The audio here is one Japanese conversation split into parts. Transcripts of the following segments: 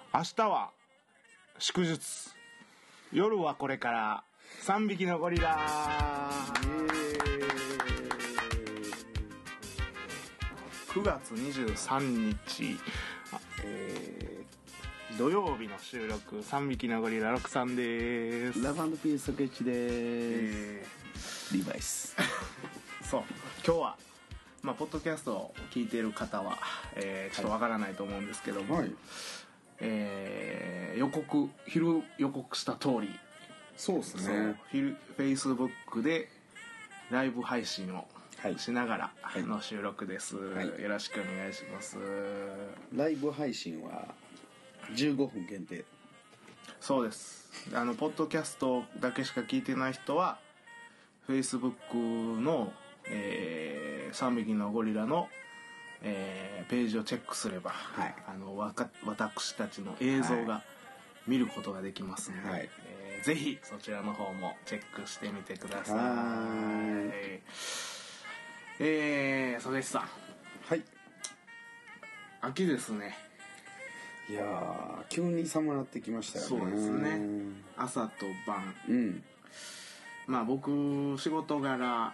明日は祝日、夜はこれから3匹のゴリラ。9月23日、土曜日の収録、3匹のゴリラ6さんです。 ラブ&ピース竹内です、リバイスそう今日はポッドキャストを聞いている方は、ちょっとわからないと思うんですけども、はい、昼予告した通り、 そうですね、 Facebook でライブ配信をしながらの収録です、はい、よろしくお願いします。 ライブ配信は15分限定。 そうです。ポッドキャストだけしか聞いてない人は Facebook の、3匹のゴリラの、ページをチェックすれば、はい、私たちの映像が見ることができますので、はい、ぜひそちらの方もチェックしてみてください。曽根さん、 はい、 秋ですね。 いやー、急に寒くなってきましたよね。 そうですね、朝と晩、僕仕事柄、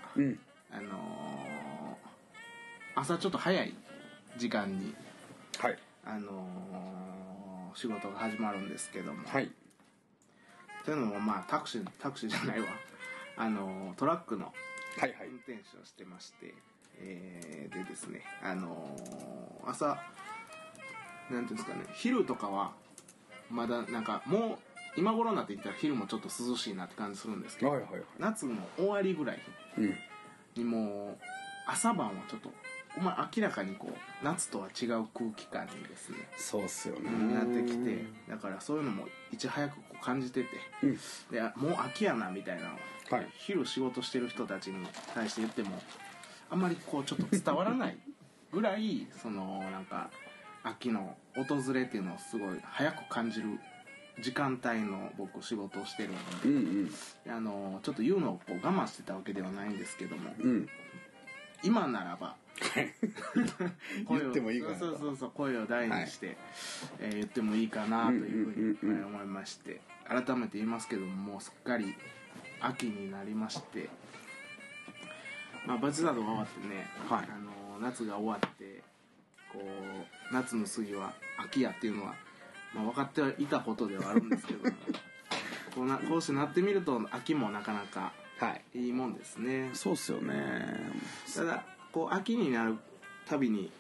朝ちょっと早い時間に、はい、仕事が始まるんですけども、はい、というのもタクシーじゃないわ、トラックの運転手をしてまして、でですね、朝なんていうんですかね、昼とかはまだなんかもう今頃になってきたら昼もちょっと涼しいなって感じするんですけど、夏の終わりぐらいにもう朝晩はちょっと明らかにこう夏とは違う空気感にですね、 そうっすよね、 なってきて、だからそういうのもいち早くこう感じてて、でもう秋やなみたいなのを、昼仕事してる人たちに対して言ってもあんまりこうちょっと伝わらないぐらいそのなんか秋の訪れっていうのをすごい早く感じる時間帯の僕仕事をしてるので、ちょっと言うのをこう我慢してたわけではないんですけども、今ならば言ってもいいかな、 そう声を大にして、言ってもいいかなというふうに思いまして、改めて言いますけども、もうすっかり秋になりまして、バチなどが終わってね、夏が終わってこう夏の次は秋やっていうのは、分かってはいたことではあるんですけどもこうしてなってみると秋もなかなかいいもんですね。 そうっすよね。 ただこう秋になるたびに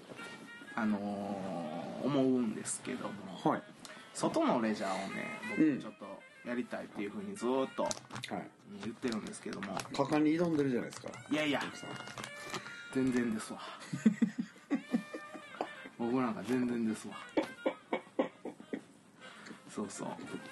思うんですけども、外のレジャーをね僕ちょっとやりたいっていうふうにずっと言ってるんですけども、 果敢に挑んでるじゃないですか。 いや全然ですわ僕なんか全然ですわ。そう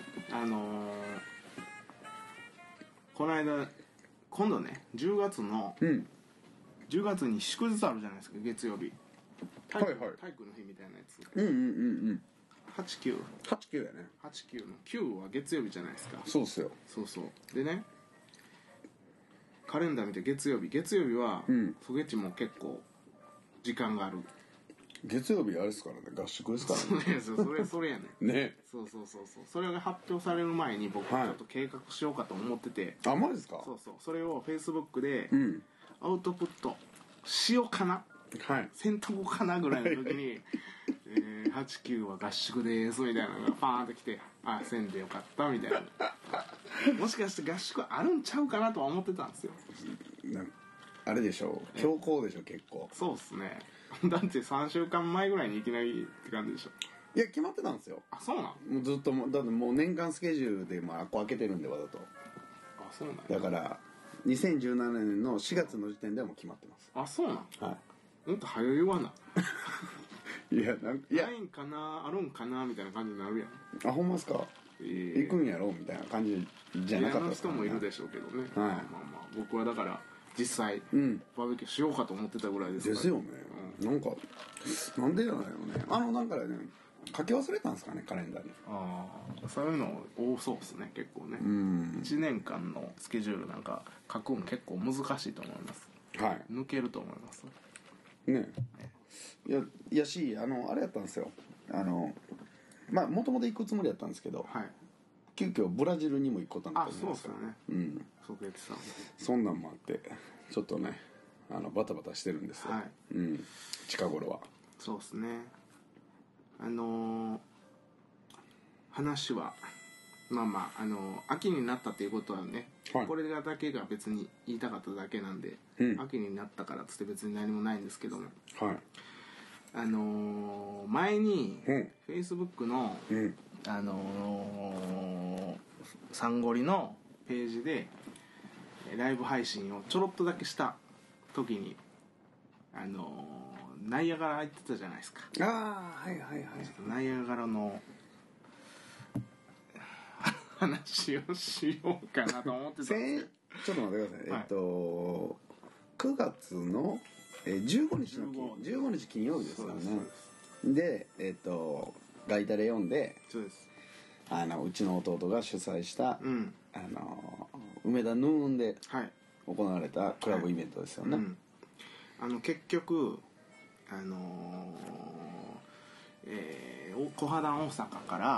この間今度ね10月に祝日あるじゃないですか、月曜日、体育の日みたいなやつ、89やね。89の9は月曜日じゃないですか。 そうっすよ。 そうでね、カレンダー見て月曜日は、ソゲッチも結構時間がある。 月曜日あれですからね、合宿ですからね。 それやねね。そうそれが発表される前に僕ちょっと計画しようかと思ってて、 あ、マジですか。 それを Facebook でアウトプットしようかな、せんとこかなぐらいの時に89は合宿ですみたいなのがパーンってきて、せんでよかったみたいなもしかして合宿あるんちゃうかなとは思ってたんですよ。 あれでしょ、強行でしょ結構。 そうっすねだって3週間前ぐらいにいきなりって感じでしょ。 いや決まってたんですよ。 あ、そうなん。 もうずっとだってもう年間スケジュールでこう開けてるんでわざと。 あ、そうなんだから2017年の4月の時点ではもう決まってあ、 ます。 そうなん。もっと早言わな。 いやないんかな、あるんかなみたいな感じになるやん。 あ、ほんまっすか。行くんやろみたいな感じじゃなかったですか、 人もいるでしょうけどね。僕はだから実際バーベキューしようかと思ってたぐらいですから。 ですよね。なんかなんでじゃないのね。なんかね、書き忘れたんですかね、カレンダーに。 そういうの多そうですね、結構ね。1年間のスケジュールなんか書くの結構難しいと思います。抜けると思いますね。 いやし、あれやったんですよ。 まあもともと行くつもりだったんですけど、 はい、 急遽ブラジルにも行くことになったんですか。 そうですよね。 うん。 即決さん。 そんなんもあってちょっとねバタバタしてるんですよ。 はい。 うん。近頃は。 そうですね。話はまあまあ秋になったっていうことはね、はい、これだけが別に言いたかっただけなんで、うん、秋になったからっつって別に何もないんですけども、はい、前に、うん、Facebook の、うん、サンゴリのページでライブ配信をちょろっとだけした時にナイアガラ入ってたじゃないですか。 ああ、はいはいはい。 ナイアガラの話をしようかなと思ってたんですけどちょっと待ってください、はい、9月の15日金曜日ですよね。でガイタレ読んで、 そうです、 うちの弟が主催した、うん、梅田ヌーンで行われたクラブイベントですよね。 はい、うん、結局小肌大阪から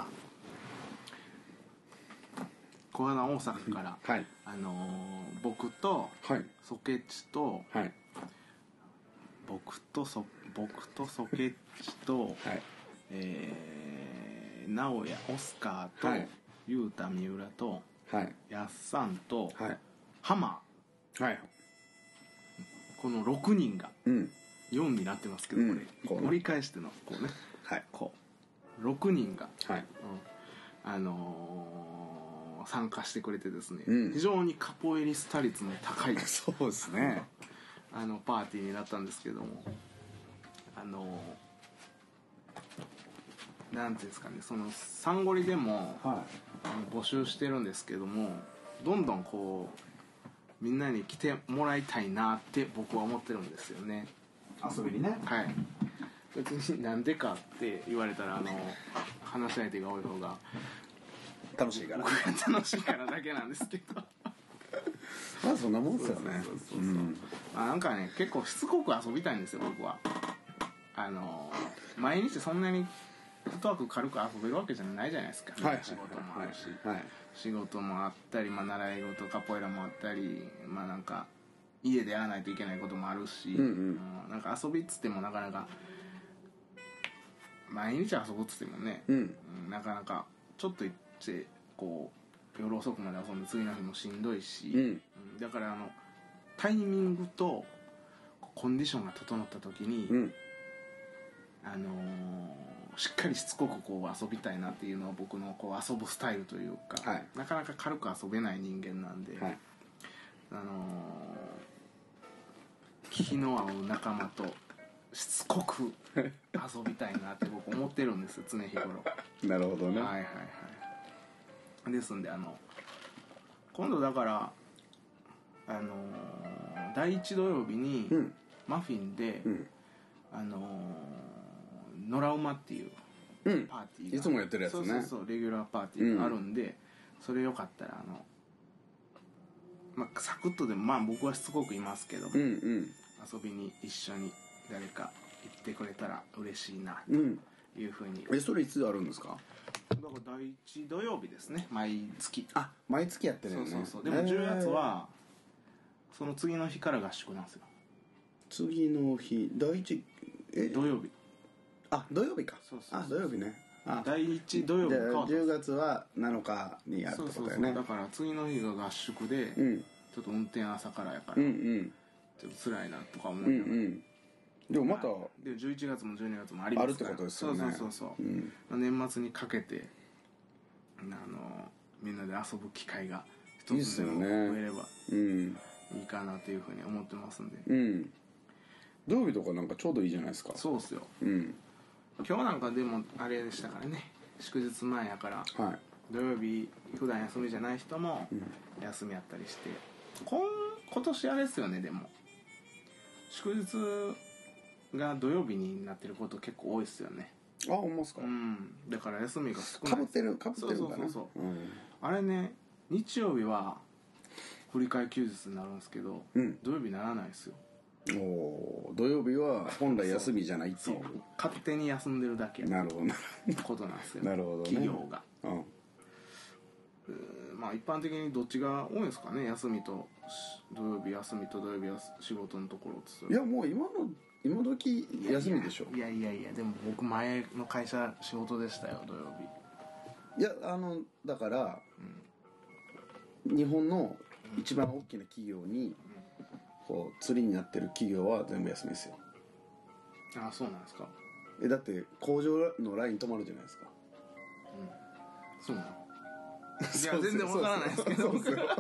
はい、僕と、はい、ソケッチと、はい、僕とソケッチと、はい、直哉オスカーと、はい、ゆうた三浦と、はい、やっさんと、はい、ハマー、はい、この6人が、うん、4になってますけど、これ折り返してのこうね、はい、こう6人が、はい、うん、参加してくれてですね、うん、非常にカポエリスタ率の高いそうですねパーティーになったんですけども、なんていうんですかね、そのサンゴリでも、はい、募集してるんですけども、どんどんこうみんなに来てもらいたいなって僕は思ってるんですよね、 遊びにね。 はい。別になんでかって言われたら話し相手が多い方が楽しいから、 僕が楽しいからだけなんですけどまあそんなもんですよね。 なんかね、結構しつこく遊びたいんですよ僕は。毎日そんなにフットワーク軽く遊べるわけじゃないじゃないですか、はい、仕事もあるし、はい、仕事もあったり、まあ、習い事カポエラもあったり、まあなんか家でやらないといけないこともあるし、なんか遊びっつってもなかなか毎日遊ぶっつってもね、なかなかちょっと行ってこう夜遅くまで遊んで次の日もしんどいし、だからタイミングとコンディションが整った時に、しっかりしつこくこう遊びたいなっていうのは僕のこう遊ぶスタイルというか、はい、なかなか軽く遊べない人間なんで、はい、気の合う仲間としつこく遊びたいなって僕思ってるんですよ、常日頃。 なるほどね。 はいはいはい。ですんで今度だから第1土曜日にマフィンで、ノラウマっていうパーティーが、 いつもやってるやつね。 そうレギュラーパーティーがあるんで、それよかったらまあ、サクッとでも、まあ僕はしつこくいますけども、遊びに一緒に誰か行ってくれたら嬉しいなというふうに、 それいつあるんですか？ だから第1土曜日ですね、毎月。 あ、毎月やってるよね。 そうでも10月はその次の日から合宿なんですよ。 次の日第1 土曜日。 あ、土曜日か。あ、土曜日ね。 第1土曜日か。 10月は7日にやるってことだよね。 だから次の日が合宿で、ちょっと運転朝からやから、ちょっと辛いなとか思うけど、 でもまたで11月も12月もありますから、 あるってことですよね。 そう、年末にかけてみんなで遊ぶ機会が一つでも増えればいいかなというふうに思ってますんで、 土曜日とかなんかちょうどいいじゃないですか。 そうっすよ。今日なんかでもあれでしたからね、祝日前やから、はい、土曜日普段休みじゃない人も休みやったりして、今年あれですよね、でも祝日が土曜日になってること結構多いですよね。 あ、ほんまっすか。 だから休みが少ない。 かぶってるんかな。 そう、あれね、日曜日は振り替え休日になるんですけど、土曜日ならないですよ。 土曜日は本来休みじゃないっていう。 勝手に休んでるだけなるほどことなんですよ。 なるほどね。 企業が。まあ一般的にどっちが多いんですかね、休みと土曜日休みと土曜日仕事のところって。 いやもう今時休みでしょ。 いやでも僕前の会社仕事でしたよ、土曜日。いやだから、日本の一番大きな企業にこう釣りになってる企業は全部休みですよ。 ああ、そうなんですか。 だって工場のライン止まるじゃないですか。 そうなの。いや全然わからないですけど。だ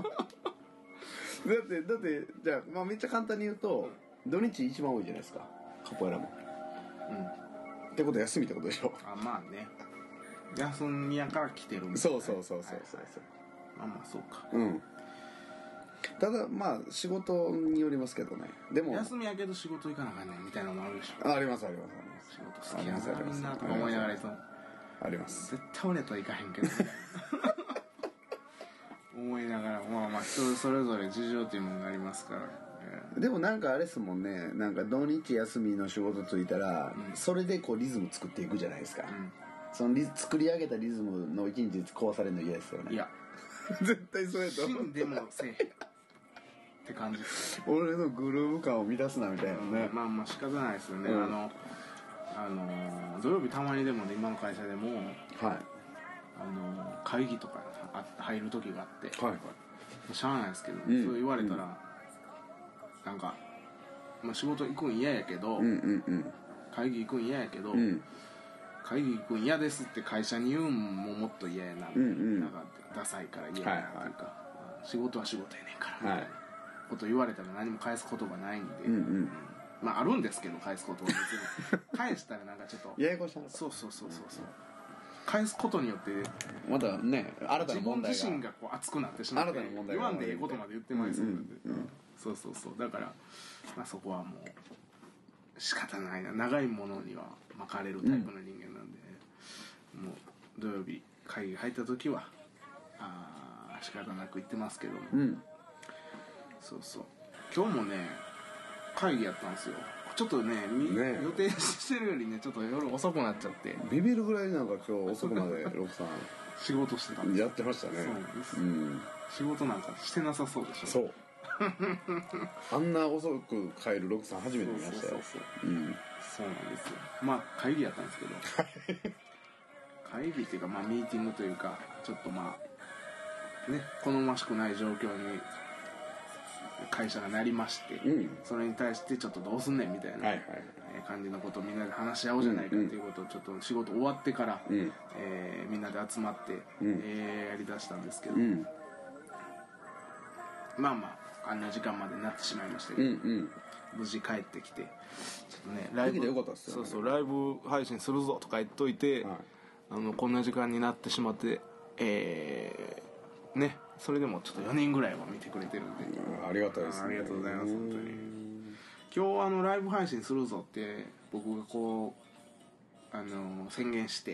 ってじゃあ、まあ、めっちゃ簡単に言うと土日一番多いじゃないですか、カポエラも。ってことは休みってことでしょ。 まあね、休みやから来てるみたいな。 そう、 まあそうか。 ただまあ仕事によりますけどね。でも休みやけど仕事行かなあかんねんみたいなのもあるでしょ。 あります。仕事好きやなみんなとか思いながらあります。 絶対俺とは行かへんけど思いながら、まあ人それぞれ事情っていうものがありますから。 でもなんかあれですもんね、なんか土日休みの仕事ついたら、それでこうリズム作っていくじゃないですか。その作り上げたリズムの一日壊されるの嫌ですよね。 いや絶対そうやと死んでもせえへんって感じです。 俺のグルーヴ感を乱すなみたいなね。 まあ仕方ないですよね。土曜日たまにでもね、今の会社でも会議とか入る時があって、しゃあないですけど、そう言われたらなんか、まあ、仕事行くん嫌やけど、会議行くん嫌やけど、会議行くん嫌ですって会社に言うんももっと嫌やな、なんかダサいから嫌やなっていうか、仕事は仕事やねんからみたいなこと言われたら何も返す言葉ないんで、まああるんですけど返すことは別に返したらなんかちょっとややこしいな。 そう返すことによってまたね、新たな問題が自分自身がこう熱くなってしまって言わんでええことまで言ってまいそうなんで、そうだから、まあ、そこはもう仕方ないな、長いものには巻かれるタイプの人間なんで、もう土曜日会議入った時は仕方なく言ってますけども、そう今日もね会議やったんですよ。ちょっとね予定してるよりねちょっと夜遅くなっちゃってビビるぐらいなんか今日遅くまでロクさん仕事してたんです。 やってましたね。 そうです、仕事なんかしてなさそうでしょ。 そうあんな遅く帰るロクさん初めて見ましたよ。 そうなんですよ。まあ会議やったんですけど会議っていうか、まあミーティングというか、ちょっとまあね好ましくない状況に会社がなりまして、それに対してちょっとどうすんねんみたいな感じのことをみんなで話し合おうじゃないかっていうことをちょっと仕事終わってから、みんなで集まって、やりだしたんですけど、まああんな時間までになってしまいましたけど、無事帰ってきてちょっとねライブでよかったっすよね。ライブ配信するぞとか言っといて、こんな時間になってしまってね、それでもちょっと4人ぐらいは見てくれてるんで、 ありがたいですね。 ありがとうございます。本当に今日ライブ配信するぞって僕がこう宣言して、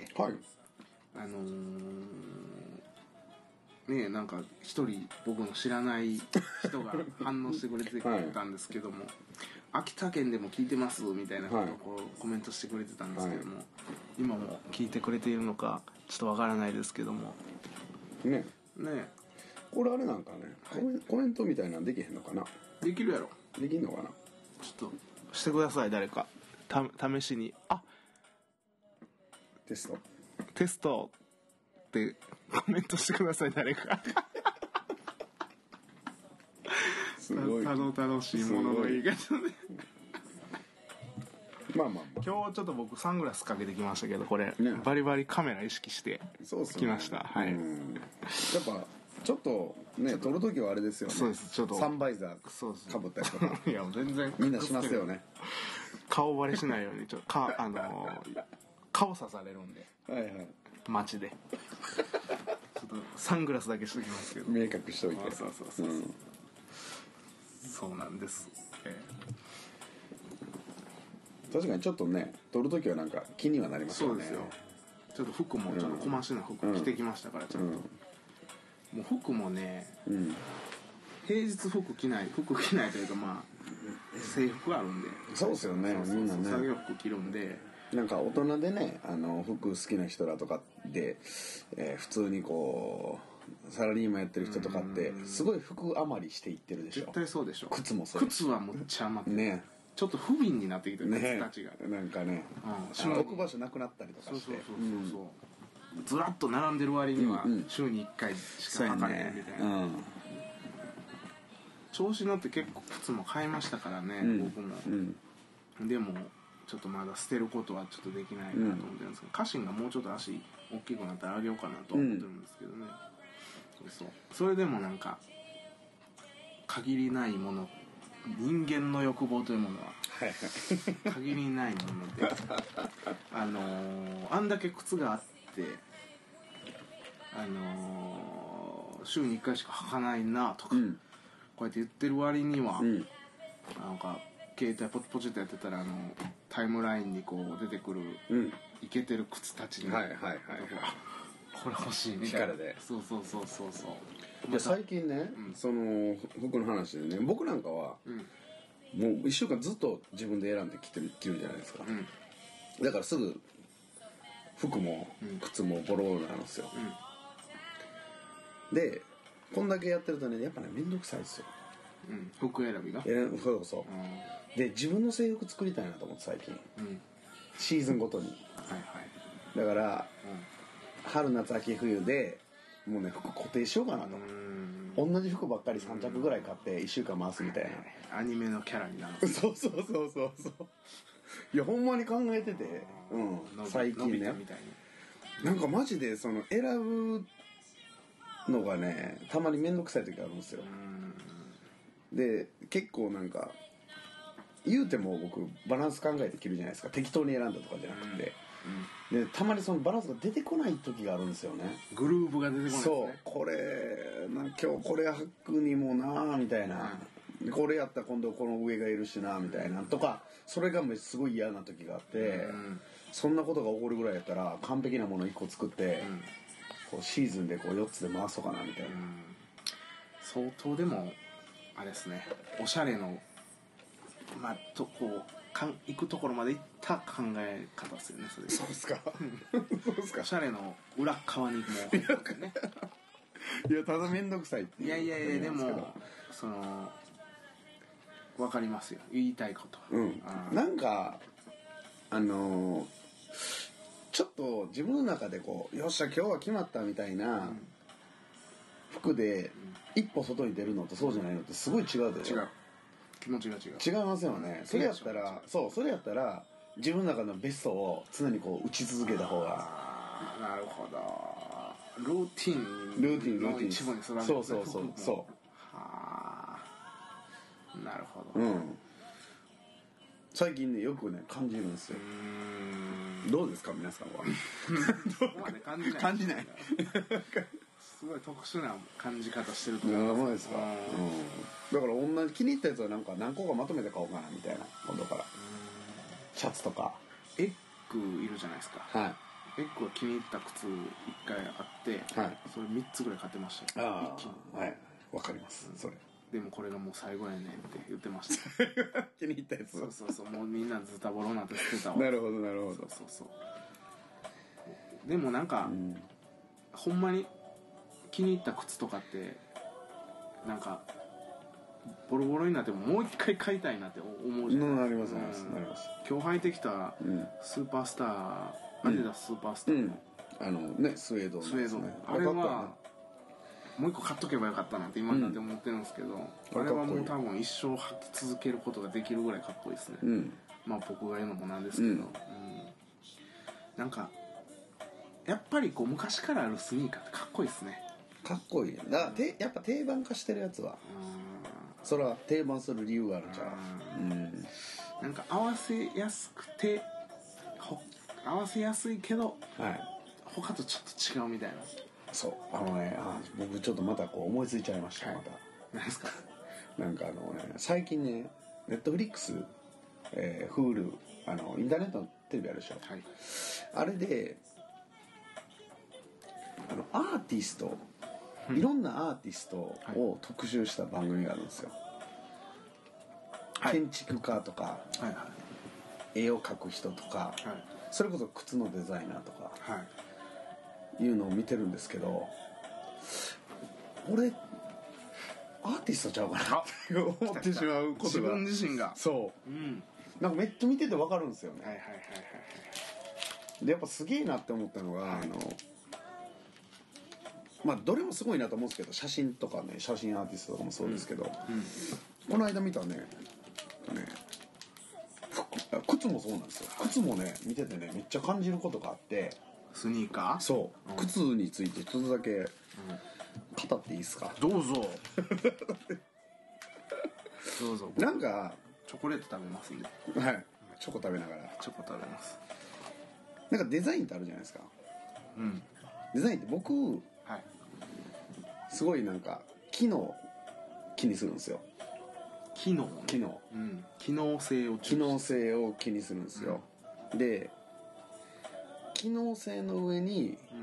ね、なんか一人僕の知らない人が反応してくれてたんですけども、秋田県でも聞いてますみたいなことをこうコメントしてくれてたんですけども、今も聞いてくれているのかちょっとわからないですけどもねこれあれなんかね、コメントみたいなのできへんのかな。 できるやろ。 できんのかな。 ちょっとしてください、誰か試しに。 テストってコメントしてください、誰かすごい楽しいものの言い方でまあ今日ちょっと僕サングラスかけてきましたけど、これ、バリバリカメラ意識してきました。やっぱちょっとね撮るときはあれですよね。 そうです。ちょっとサンバイザーかぶったりとかいや全然みんなしますよね。 顔バレしないようにちょっと顔刺されるんで、街でちょっとサングラスだけしときますけど、 明確しといて。 そうなんです。 確かにちょっとね撮るときはなんか気にはなりますよね。そうですよ。 ちょっと服もちょっと小増しな服着てきましたから、ちゃんともう服もね、平日服着ないというか、まあ制服あるんで。 そうですよね、みんなね作業服着るんで。 なんか大人でね服好きな人らとかで、普通にこうサラリーマンやってる人とかってすごい服余りしていってるでしょ。 絶対そうでしょ。 靴もそう。 靴はむっちゃ余ってるね。 ちょっと不憫になってきてる、靴たちが。 なんかね、置く場所なくなったりとかして。 そうずらっと並んでる割には週に1回しか履かれへんみたいな。調子乗って結構靴も買いましたからね、僕も。でもちょっとまだ捨てることはちょっとできないなと思ってるんですけど、家臣がもうちょっと足大きくなったらあげようかなと思ってるんですけどね。それでもなんか限りないもの、人間の欲望というものは限りないものであんだけ靴があって週に1回しか履かないなとか、こうやって言ってる割には、なんか携帯ポチポチってやってたらタイムラインにこう出てくるイケてる靴たちにこれ欲しいみたいな。そういや最近ね、その服の話でね、僕なんかは、もう1週間ずっと自分で選んで着るじゃないですか、だからすぐ服も靴もボロボロなんですよ、でこんだけやってるとねやっぱね面倒くさいですよ、 服選びが。 そう、で自分の制服作りたいなと思って最近、シーズンごとに、だから、春夏秋冬でもうね服固定しようかなと。同じ服ばっかり3着ぐらい買って1週間回すみたいな、アニメのキャラになる。 そういやほんまに考えてて、最近ねなんかマジでその選ぶのがねたまに面倒くさい時あるんですよ。で結構なんか言うても僕バランス考えて着るじゃないですか、適当に選んだとかじゃなくて、でたまにそのバランスが出てこない時があるんですよね。 グルーヴが出てこないですね。 そうこれ今日これ履くにもなみたいな、これやったら今度この上がいるしなみたいなとか、それがすごい嫌な時があって、そんなことが起こるぐらいやったら完璧なもの1個作って、こうシーズンでこう4つで回そうかなみたいな、 相当でもあれですね、おしゃれのこう行くところまで行った考え方ですよね、それ。 そうですかおしゃれの裏側にもうねいやただ面倒くさいっていう。 いやでもその分かりますよ、言いたいこと。 なんかちょっと自分の中でこうよっしゃ今日は決まったみたいな服で一歩外に出るのとそうじゃないのってすごい違うでしょ。 違う、気持ちが違いますよね。それやったら自分の中のベストを常にこう打ち続けた方が。 なるほど。ルーティンの一部にするわけですね。 そうはあ、なるほど。 最近ねよくね感じるんですよ。どうですか皆さんは。 そこまで感じないすごい特殊な感じ方してると思います。 そうですか。だから同じ気に入ったやつはなんか何個かまとめて買おうかなみたいな今度から。シャツとかエッグいるじゃないですか。エッグは気に入った靴1回あって、それ3つぐらい買ってましたよ、一気に。 わかります、それ。 でもこれがもう最後やねんって言ってました気に入ったやつ。 そうもうみんなズタボロなんて捨てたわ。 なるほどそうでもなんか、ほんまに気に入った靴とかってなんかボロボロになってももう一回買いたいなって思うじゃないですか。 なります。 今日履いてきたスーパースター、アディダススーパースターのスウェードのスウェードのあれはもう一個買っとけばよかったなって今になって思ってるんですけど、あれはもう多分一生履き続けることができるぐらいかっこいいですね。まあ僕が言うのもなんですけど、なんかやっぱりこう昔からあるスニーカーってかっこいいですね。 かっこいい。やっぱ定番化してるやつはそれは定番する理由があるじゃん。 なんか合わせやすくて合わせやすいけど、他とちょっと違うみたいな。 そう僕ちょっとまたこう思いついちゃいました。また何ですか。 なんか最近ねネットフリックス、Hulu インターネットのテレビあるでしょ、あれでアーティスト、いろんなアーティストを特集した番組があるんですよ。 建築家とか、はいはい、絵を描く人とか、はい、それこそ靴のデザイナーとか、はい、いうのを見てるんですけど、俺アーティストちゃうかなって思ってしまうことが、 自分自身がそう、うん、なんかめっちゃ見てて分かるんですよね。はいはいはいはい。でやっぱすげえなって思ったのが、はい、まあどれもすごいなと思うんですけど、写真とかね、写真アーティストとかもそうですけど、うんうん、この間見たね靴もそうなんですよ。靴もね見ててねめっちゃ感じることがあって、 スニーカー、 そう、うん、靴についてちょっとだけ語っていいですか。 どうぞどうぞ。 なんかチョコレート食べますんで。 はい、チョコ食べながら。 チョコ食べます。 なんかデザインってあるじゃないですか。うん。デザインって僕、はい、すごいなんか機能気にするんですよ。 機能、ね、 機能、 うん、機能性を気にするんですよ、うん、で機能性の上に、うん、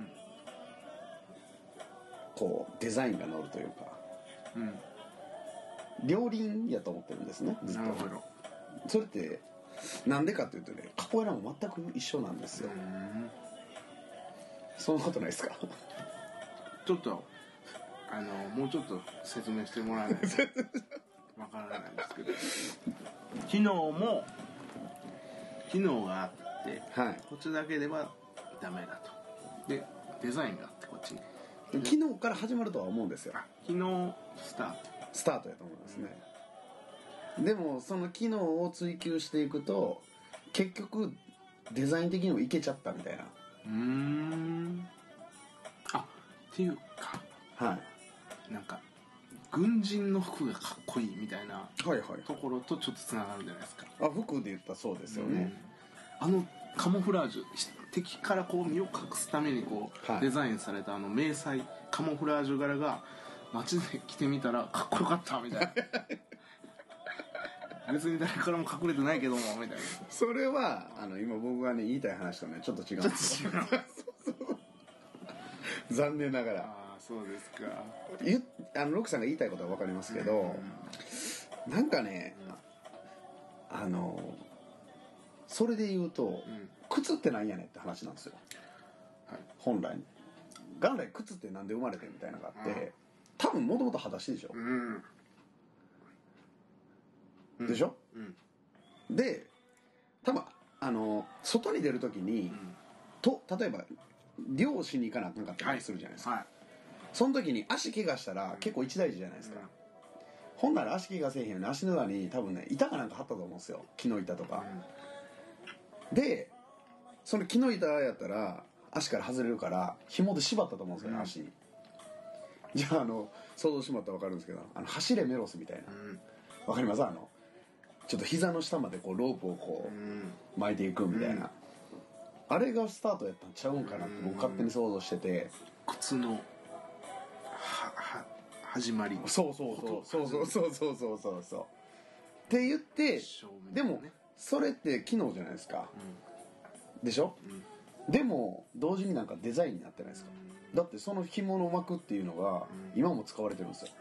こうデザインが乗るというか、うん、両輪やと思ってるんですね。 なるほど。 それってなんでかっていうとね、カポエラも全く一緒なんですよ。そんなことないですか？ ちょっともうちょっと説明してもらえないとわからないんですけど、機能があって、はい、こっちだけではダメだと。でデザインがあってこっちに機能から始まるとは思うんですよ。 機能スタートやと思いますね、うん、でもその機能を追求していくと結局デザイン的にもいけちゃったみたいな。 っていうか、はい、なんか軍人の服がかっこいいみたいなところとちょっとつながるじゃないですか。 服で言ったらそうですよね、 カモフラージュ、敵からこう身を隠すためにこう、はい、デザインされた迷彩カモフラージュ柄が街で着てみたらかっこよかったみたいな別に誰からも隠れてないけどもみたいな。 それは今僕がね言いたい話とねちょっと違うんですよ残念ながら。 そうですか。 ロクさんが言いたいことは分かりますけど、なんかね、それで言うと、靴ってなんやねんって話なんですよ、はい、本来靴ってなんで生まれてみたいなのがあって、多分もともと裸足でしょ、でしょ、で多分外に出るときに、例えば漁師に行かなあかんかったりするじゃないですか、はいはい、その時に足怪我したら結構一大事じゃないですか、本来足怪我せえへんように足の裏に多分ね板かなんか貼ったと思うんですよ、木の板とか、でその木の板やったら足から外れるから紐で縛ったと思うんですよね、足に。じゃあ想像してもらったら分かるんですけど走れメロスみたいな、分かります？ちょっと膝の下までこうロープをこう巻いていくみたいな、あれがスタートやったんちゃうんかなって僕勝手に想像してて、 靴の始まり。 そうって言って、でもそれって機能じゃないですか、でしょ、でも同時になんかデザインになってないですか、だってその紐の巻くっていうのが今も使われてるんですよ、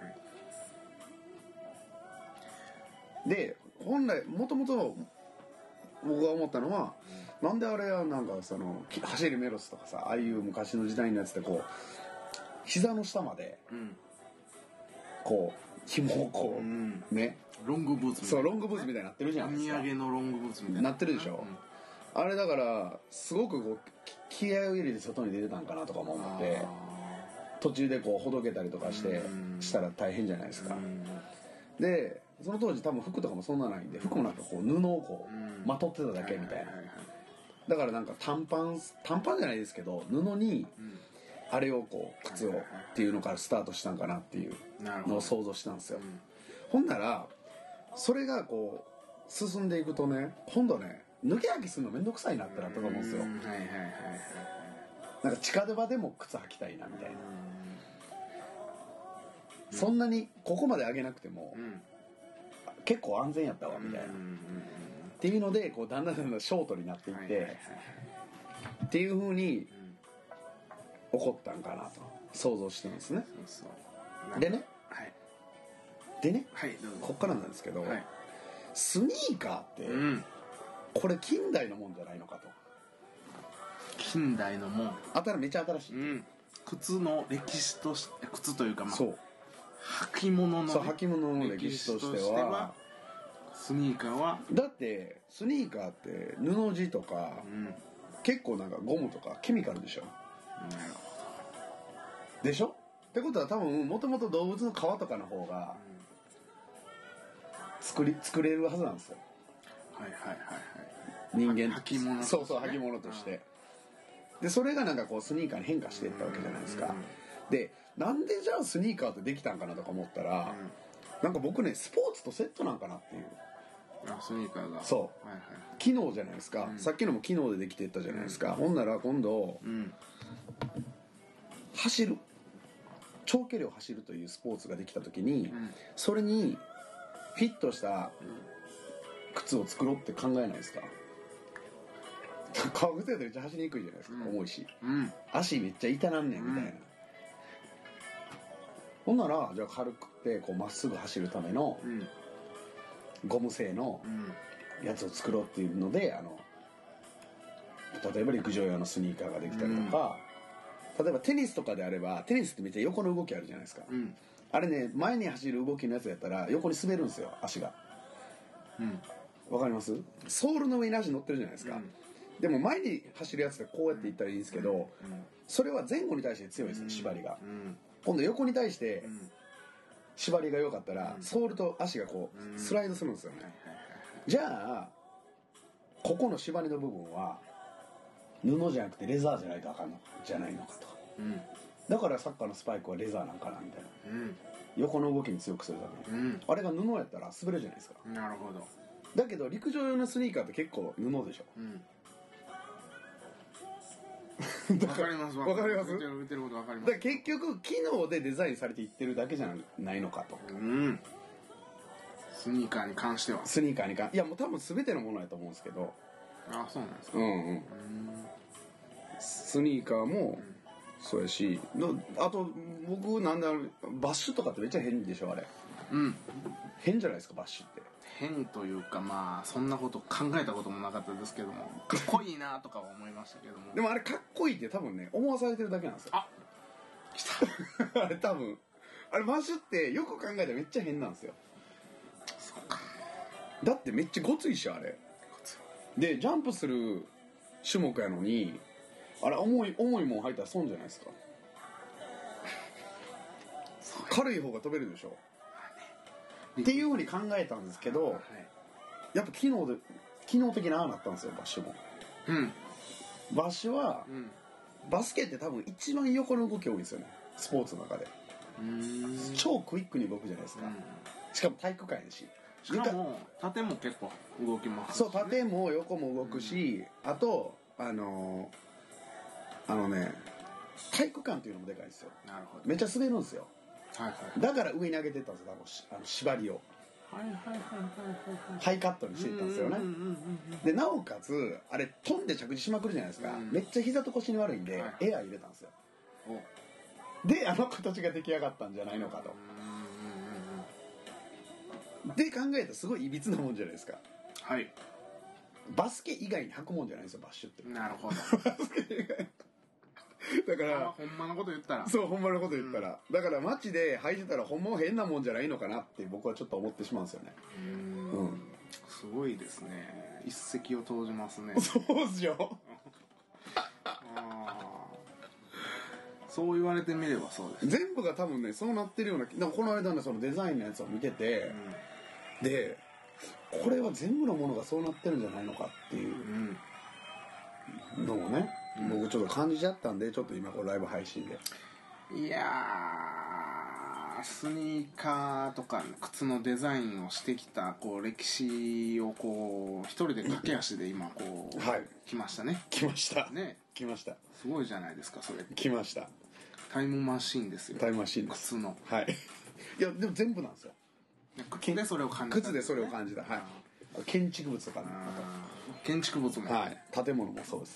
で本来もともと僕が思ったのは、なんであれはなんか走るメロスとかさ、ああいう昔の時代のやつってこう膝の下までこう紐をこう、ね、 ロングブーツみたいな、 そうロングブーツみたいになってるじゃないですか。 お土産のロングブーツみたいななってるでしょ、あれだからすごくこう気合を入れて外に出てたんかなとかも思って、途中でこうほどけたりとかしたら大変じゃないですか。でその当時多分服とかもそんなないんで、服もなんかこう布をこうまとってただけみたいな、だからなんか短パンじゃないですけど布にあれをこう靴をっていうのからスタートしたんかなっていうのを想像したんですよ、ほんならそれがこう進んでいくとね、今度ね抜け履きするのめんどくさいなってなったと思うんですよ、なんか地下で場でも靴履きたいなみたいな、そんなにここまで上げなくても、結構安全やったわみたいな、っていうのでこうだんだんショートになっていって、っていう風に起こったんかなと想像してるんですね。でね、こっからなんですけど、 スニーカーって、これ近代のもんじゃないのかと。 近代のもん、 めっちゃ新しい、 靴の歴史として、靴というか、まあ、 そう履物の、ね、 そう履物の歴史としてはスニーカーは、 だってスニーカーって布地とか、結構なんかゴムとかケミカルでしょ。 なるほどでしょってことは多分もともと動物の皮とかの方が作れるはずなんですよ。 はいはいはいはい。 人間履物として、ね、 そうそう履物として、でそれがなんかこうスニーカーに変化していったわけじゃないですか。でなんでじゃあスニーカーってできたんかなとか思ったら、なんか僕ねスポーツとセットなんかなっていう。 スニーカーがそう、はいはい、機能じゃないですか、さっきのも機能でできていったじゃないですか、ほんなら今度、走る長距離を走るというスポーツができた時に、それにフィットした靴を作ろうって考えないですか。革靴やとめっちゃ走りにくいじゃないですか、重いし、足めっちゃ痛なんねんみたいな、ほんならじゃあ軽くてこうまっすぐ走るための、ゴム製のやつを作ろうっていうので、例えば陸上用のスニーカーができたりとか、例えばテニスとかであれば、テニスってめっちゃ横の動きあるじゃないですか、あれね、前に走る動きのやつやったら横に滑るんですよ、足が。わかります？ソールの上に足乗ってるじゃないですか、でも前に走るやつってこうやっていったらいいんですけど、それは前後に対して強いですね、縛りが。今度横に対して縛りが良かったら、ソールと足がこうスライドするんですよね。じゃあここの縛りの部分は布じゃなくてレザーじゃないとあかんのじゃないのかと、だからサッカーのスパイクはレザーなんかなみたいな、横の動きに強くするために、あれが布やったら滑るじゃないですか。 なるほど。 だけど陸上用のスニーカーって結構布でしょ。 わかります。 わかります。 言ってることわかります。 だから結局機能でデザインされていってるだけじゃないのかと。 スニーカーに関しては。 いやもう多分全てのものやと思うんですけど。 あ、そうなんですか。 スニーカーもそうやし、あと僕なんだろう、バッシュとかってめっちゃ変でしょあれ。変じゃないですかバッシュって。 変というか、まあそんなこと考えたこともなかったですけども、かっこいいなとかは思いましたけども。 でもあれかっこいいって多分ね思わされてるだけなんですよ。 あ、来た。あれ多分あれバッシュってよく考えたらめっちゃ変なんですよ。 そうか。 だってめっちゃごついしあれ。でジャンプする種目やのに、あれ重いもん入ったら損じゃないですか。軽い方が飛べるでしょ。っていうふうに考えたんですけど、やっぱ機能的なああなったんですよバッシュも。バッシュは、バスケって多分一番横の動き多いんですよね、スポーツの中で。超クイックに動くじゃないですか、しかも体育会だし。 しかも縦も結構動きます、 ね、そう縦も横も動くし、あとね体育館っていうのもでかいんですよ。 なるほど。 めっちゃ滑るんですよ。だから上に上げてったんですよ、縛りを。ハイカットにしていったんですよね。でなおかつあれ飛んで着地しまくるじゃないですか、めっちゃ膝と腰に悪いんで、エアー入れたんですよ。で形が出来上がったんじゃないのかと。で考えたらすごいいびつなもんじゃないですか。バスケ以外に履くもんじゃないですよバッシュって。 なるほど。 バスケ以外だからほんまのこと言ったら、 そうほんまのこと言ったら、だから街で履いてたらほんま変なもんじゃないのかなって僕はちょっと思ってしまうんですよね。 すごいですね、一石を投じますね。 そうっすよ。 そう言われてみればそうです、 全部が多分ねそうなってるような。なんかこの間のそのデザインのやつを見てて、でこれは全部のものがそうなってるんじゃないのかっていうのをね、僕ちょっと感じちゃったんで、ちょっと今こうライブ配信で。 いやー、スニーカーとか靴のデザインをしてきたこう歴史をこう一人で駆け足で今こう、来ましたね。 来ましたね。 来ました。 すごいじゃないですかそれ。 来ました。 タイムマシンですよ。 タイムマシンです。 靴の。 いやでも全部なんですよ。 靴でそれを感じた。 靴でそれを感じた。建築物とかね。 建築物も。 建物もそうです。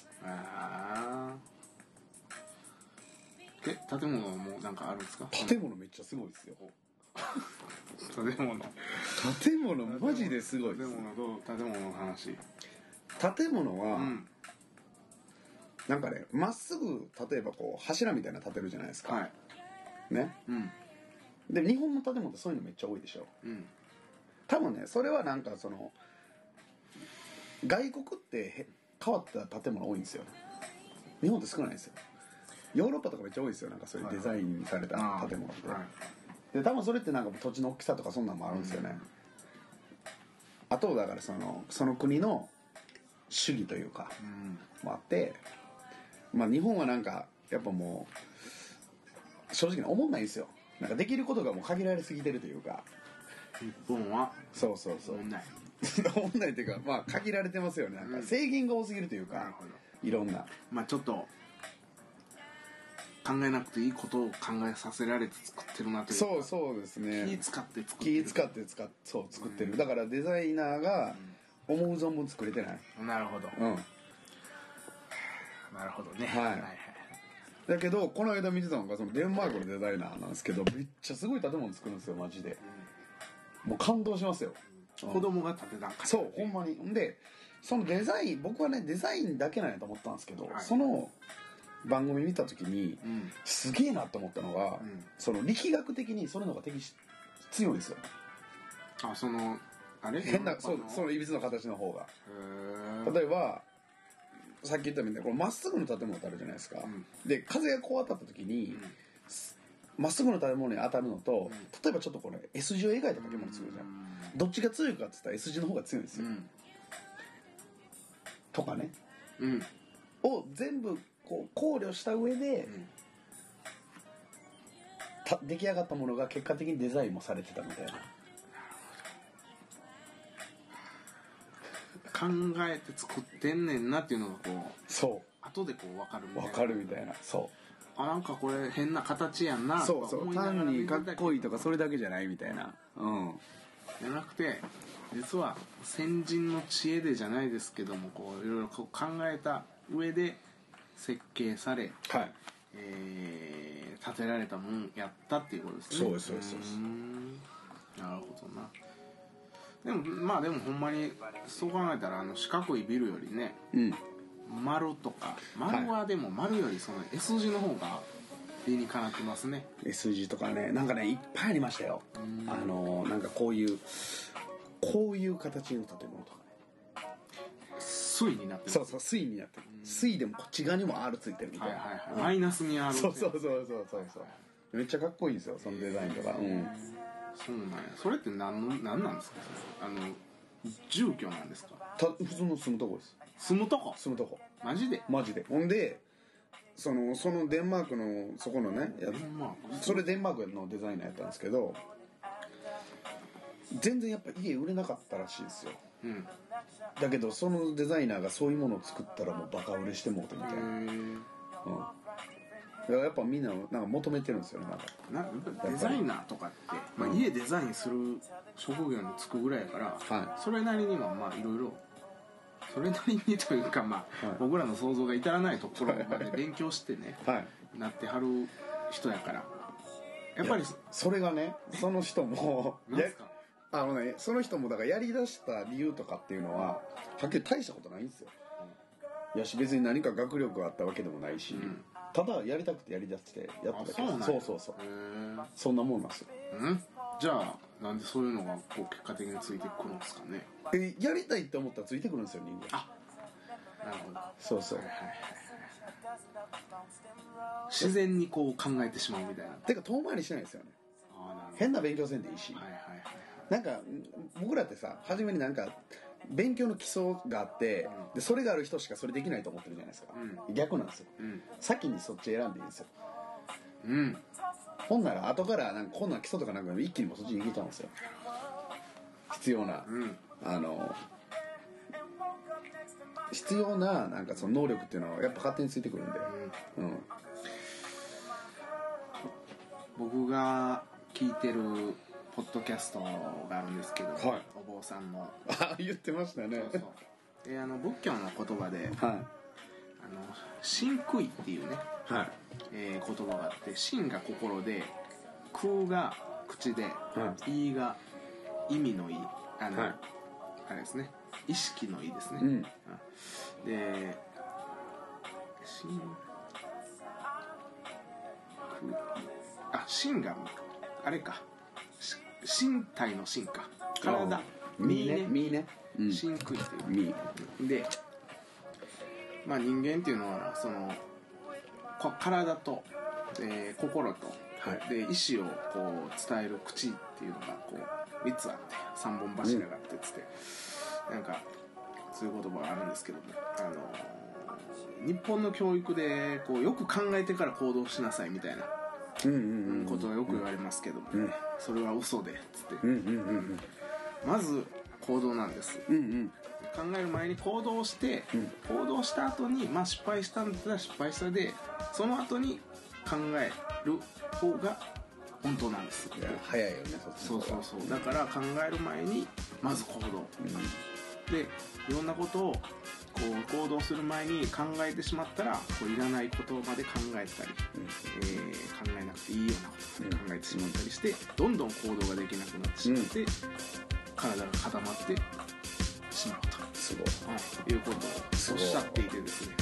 建物もなんかあるんですか？ 建物めっちゃすごいですよ。 建物マジですごいです。 建物の話。 建物は、なんかね、まっすぐ例えばこう柱みたいなの建てるじゃないですか。はい、ね。で日本の建物ってそういうのめっちゃ多いでしょ。多分ね、それはなんかその外国って変わった建物多いんですよ。日本って少ないんですよ。ヨーロッパとかめっちゃ多いですよ。なんかそういうデザインされた建物って。で多分それってなんか土地の大きさとかそんなのもあるんですよね。あとだからその国の主義というかもあって、まあ日本はなんかやっぱもう正直思んないんですよ。なんかできることがもう限られすぎてるというか。 日本はそう思んない思んないっていうか、まあ限られてますよね。なんか制限が多すぎるというか、いろんな、 まあちょっと考えなくていいことを考えさせられて作ってるなというか。 そうですね。 気使って作ってる。だからデザイナーが思う存分作れてない。 なるほど。なるほどね。 はい。だけどこの間見てたのがそのデンマークのデザイナーなんですけど、めっちゃすごい建物作るんですよマジで。もう感動しますよ。 子供が建てたんか。 そうほんまに。でそのデザイン、僕はねデザインだけなんやと思ったんですけど、その番組見た時に、すげえなと思ったのが、その力学的にそれの方が強いんですよ。 そのあれ変なそのいびつの形の方が。例えばさっき言ったみたいにこのまっすぐの建物ってあるじゃないですか。で風がこう当たった時にまっすぐの建物に当たるのと、例えばちょっとこれ S 字を描いた建物作るじゃん。どっちが強いかって言ったら S 字の方が強いんですよ。とかね。を全部こう考慮した上で、出来上がったものが結果的にデザインもされてたみたいな。 考えて作ってんねんなっていうのがこう、 そう後でこう分かるみたいな。 分かるみたいな。そうなんかこれ変な形やんな。 そう単にかっこいいとかそれだけじゃないみたいな。 じゃなくて実は先人の知恵でじゃないですけども、こういろいろ考えた上で設計され、建てられたもんやったっていうことですね。 そうですなるほどな。でもほんまにそう考えたら四角いビルよりね、丸とか丸はでも丸よりその S 字の方が理にかなってますね。 S 字とかね、なんかねいっぱいありましたよ。なんかこういう形の建物とかね、 水になってる。 そう水になってる。水でもこっち側にも R ついてるみたいな。 マイナスに R。 そうめっちゃかっこいいんですよ、そのデザインとか。 そうなんや。それって何なんですか？住居なんですか？ 普通の住むとこです。 住むとこマジでほんでそのデンマークのそこのねそれデンマークのデザイナーやったんですけど、全然やっぱ家売れなかったらしいですよ。だけどそのデザイナーがそういうものを作ったらもうバカ売れしてもうてみたいな。やっぱみんななんか求めてるんですよね。 なんかデザイナーとかって、家デザインする職業に就くぐらいやから、それなりにはまあいろいろそれなりにというか、僕らの想像が至らないところまで勉強してね、なってはる人やから、やっぱりそれがね、その人もその人もだからやりだした理由とかっていうのははっきり大したことないんですよ。やし別に何か学力があったわけでもないし、ただやりたくてやりだしてやっただけです。そうそんなもんなんですよ。 じゃあなんでそういうのがこう結果的についてくるんですかね。 やりたいって思ったらついてくるんですよ、人間。 なるほど。 そう自然にこう考えてしまうみたいな。 てか遠回りしないですよね。変な勉強せんでいいし、なんか僕らってさ、初めになんか勉強の基礎があって、でそれがある人しかそれできないと思ってるじゃないですか。逆なんですよ。先にそっち選んでいいんですよ。ほんなら後からなんかこんな基礎とかなんか一気にもそっちに行けちゃうんですよ。必要な、必要ななんかその能力っていうのはやっぱ勝手についてくるんで。 僕が聞いてるポッドキャストがあるんですけど、お坊さんの言ってましたね。 で仏教の言葉で真空っていうね、言葉があって、真が心で空が口で、いいが意味のいいあれですね、意識のいいですね、で心があれか、身体の身か、体身ね、心食いっていう身で、まあ人間っていうのはその体と、心と、で意思をこう伝える口っていうのがこう3つあって3本柱があってつって、なんかそういう言葉があるんですけども、日本の教育でこうよく考えてから行動しなさいみたいなことがよく言われますけども、それは嘘でつって、まず行動なんです、考える前に行動して、行動した後に、まあ、失敗したんだったら失敗したで、その後に考える方が本当なんです。 早いよね。 そうだから考える前にまず行動、でいろんなことをこう行動する前に考えてしまったら、こういらないことまで考えたり、考えなくていいようなことまで考えてしまったりして、どんどん行動ができなくなってしまって、体が固まってしまうと、いうことをおっしゃっていてですね、